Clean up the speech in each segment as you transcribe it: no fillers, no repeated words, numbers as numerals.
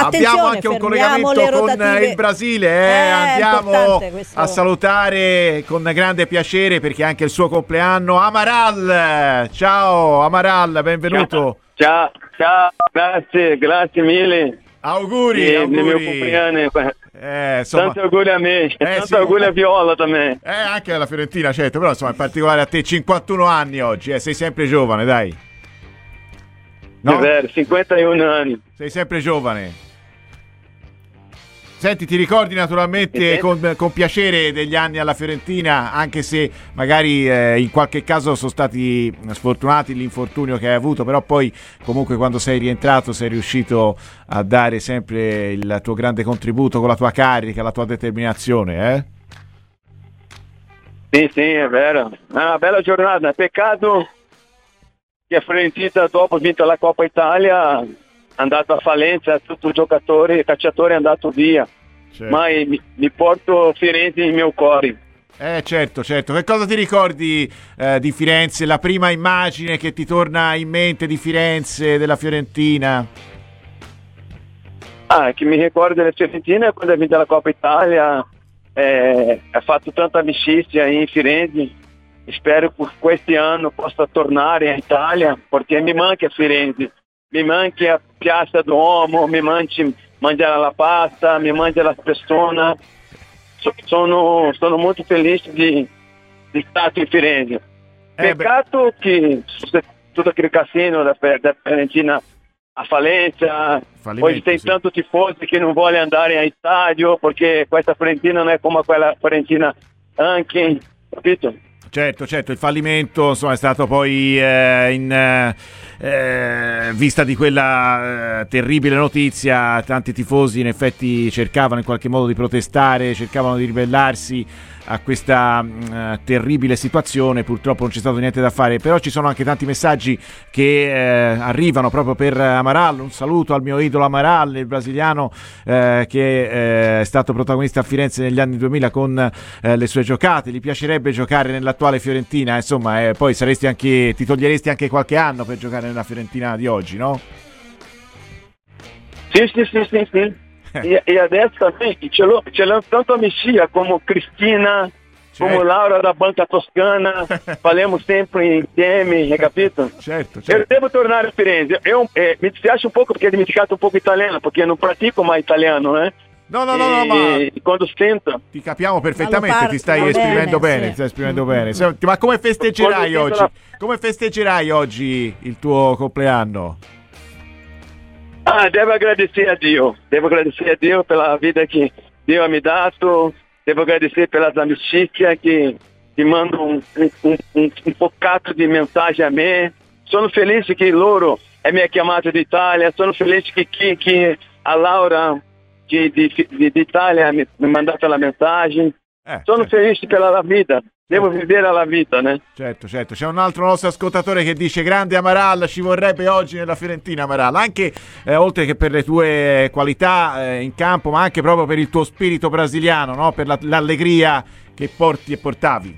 Abbiamo anche un collegamento con il Brasile, andiamo a salutare con grande piacere perché è anche il suo compleanno Amaral. Ciao Amaral, benvenuto. Ciao, grazie mille. Auguri del mio compleanno. Tanti auguri a me, tanti auguri a Viola também. Anche alla Fiorentina, certo, però insomma in particolare a te, 51 anni oggi, sei sempre giovane, dai. No? È vero, 51 anni. Sei sempre giovane. Senti, ti ricordi naturalmente con piacere degli anni alla Fiorentina, anche se magari in qualche caso sono stati sfortunati l'infortunio che hai avuto, però poi comunque quando sei rientrato sei riuscito a dare sempre il tuo grande contributo con la tua carica, la tua determinazione, Sì, è vero. È una bella giornata. Peccato che a Fiorentina dopo vinto la Coppa Italia è andato a fallenza, tutto il calciatore è andato via. Certo. Ma mi porto Firenze nel mio cuore. Certo. Che cosa ti ricordi di Firenze? La prima immagine che ti torna in mente di Firenze, della Fiorentina? Che mi ricordo della Fiorentina quando ha vinto la Coppa Italia, ha fatto tanta amicizia in Firenze. Spero che questo anno possa tornare in Italia, perché mi manca Firenze, mi manca Piazza Duomo, mi manca mangiare la pasta, mi mangia la persona. Sono molto felice di stare in Firenze. Peccato che tutto aquele cassino da Fiorentina a fallenza, poi tem tanto tifosi che non vuole andare in stadio perché questa Fiorentina non è come quella Fiorentina anche, capito? Certo, il fallimento insomma è stato poi in vista di quella terribile notizia, tanti tifosi in effetti cercavano in qualche modo di protestare, cercavano di ribellarsi a questa terribile situazione. Purtroppo non c'è stato niente da fare, però ci sono anche tanti messaggi che arrivano proprio per Amaral. Un saluto al mio idolo Amaral, il brasiliano che è stato protagonista a Firenze negli anni 2000 con le sue giocate. Gli piacerebbe giocare nell'attuale Fiorentina, insomma, poi ti toglieresti anche qualche anno per giocare nella Fiorentina di oggi, no? Sì. E adesso também ce l'ho tanto amicizia come Cristina, come Laura da Banca Toscana, parliamo sempre insieme, hai capito? Certo. Eu devo tornare a Firenze. Mi dispiace un po' perché ho dimenticato un po' italiano, perché non pratico mai italiano, No, ma quando sento ti capiamo perfettamente, ti stai esprimendo bene, ti stai esprimendo bene. Senti, ma come festeggerai oggi? Come festeggerai oggi il tuo compleanno? Devo agradecer a Dio pela vida que Dio mi ha dato, devo agradecer pelas amicizias que mandam um bocado de mensagem a me. Sono felice che loro mi ha chiamato d'Italia, sono felice che a Laura di Italia mi ha mandato la mensagem. Sono felice pela vita. Devo vivere la vita, né? Certo. C'è un altro nostro ascoltatore che dice: grande Amaral, ci vorrebbe oggi nella Fiorentina Amaral, anche oltre che per le tue qualità in campo, ma anche proprio per il tuo spirito brasiliano, no? Per l'allegria che porti e portavi.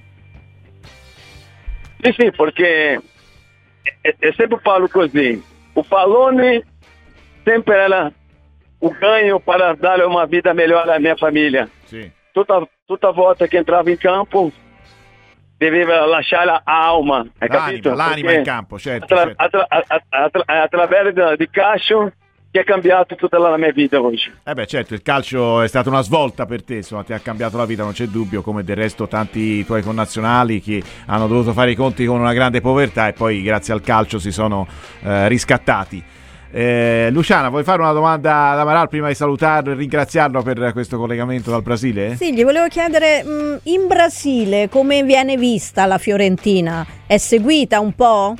Sì, perché è sempre parlo così. O pallone sempre era o ganho para dare uma vida melhor à minha família. Sì. Tutta volta che entrava in campo doveva lasciare l'alma, hai capito? L'anima in campo, certo. Attraverso di calcio che ha cambiato tutta la mia vita oggi. Certo, il calcio è stata una svolta per te, insomma, ti ha cambiato la vita, non c'è dubbio, come del resto tanti tuoi connazionali che hanno dovuto fare i conti con una grande povertà e poi grazie al calcio si sono riscattati. Luciana, vuoi fare una domanda ad Amaral prima di salutarlo e ringraziarlo per questo collegamento dal Brasile? Sì, gli volevo chiedere in Brasile come viene vista la Fiorentina? È seguita un po'?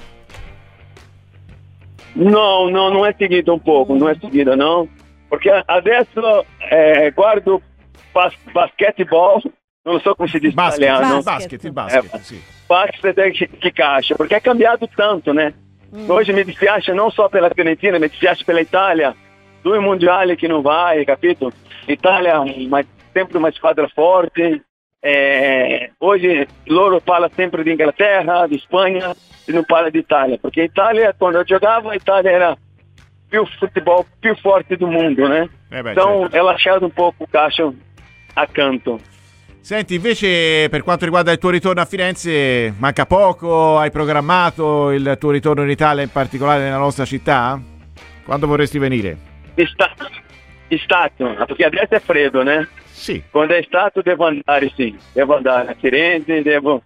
No, non è seguita un po', non è seguita, no? Perché adesso guardo basketball, non so come si dice in italiano. Il basket, sì. Basket che calcio, perché è cambiato tanto, né? Hoje mi dispiace non só pela Fiorentina, mi dispiace pela Itália. 2 mondiali che non vai, capito? L'Italia è sempre uma squadra forte. Hoje loro parla sempre di Inghilterra, di Spagna e non parla di Italia. Perché Italia, quando eu giocavo, a Itália era futebol più forte do mundo, né? Então certo. è lasciato un po' il calcio accanto. Senti, invece per quanto riguarda il tuo ritorno a Firenze, manca poco? Hai programmato il tuo ritorno in Italia, in particolare nella nostra città? Quando vorresti venire? Estate, perché adesso è freddo, né? Sì. Quando è estate devo andare, sì. Devo andare a Firenze, devo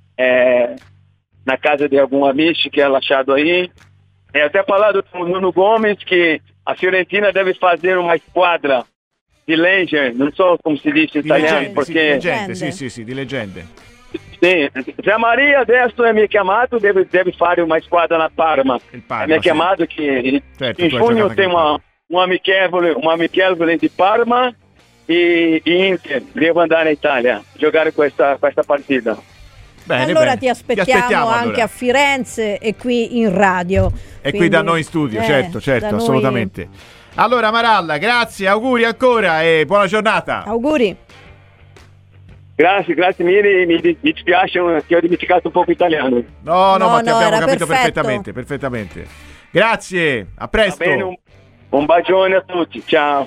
na casa di algum amici che ha lasciato aí. E até parlato com o Nuno Gomes que a Fiorentina deve fazer uma squadra di legge, non so come si dice in italiano, perché sì, di leggende. Sì, Zé Maria adesso mi ha chiamato, deve fare una squadra na Parma. Mi ha chiamato che in giugno tem un amichevole di Parma e Inter, devo andare in Italia a giocare questa partita. Bene, allora ti aspettiamo anche allora a Firenze e qui in radio. E quindi, qui da noi in studio, certo, assolutamente. Allora Maralla, grazie, auguri ancora e buona giornata. Auguri. Grazie mille, mi dispiace che ho dimenticato un po' italiano. No, ma ti abbiamo capito perfettamente. Grazie, a presto. Va bene, un bacione a tutti, ciao.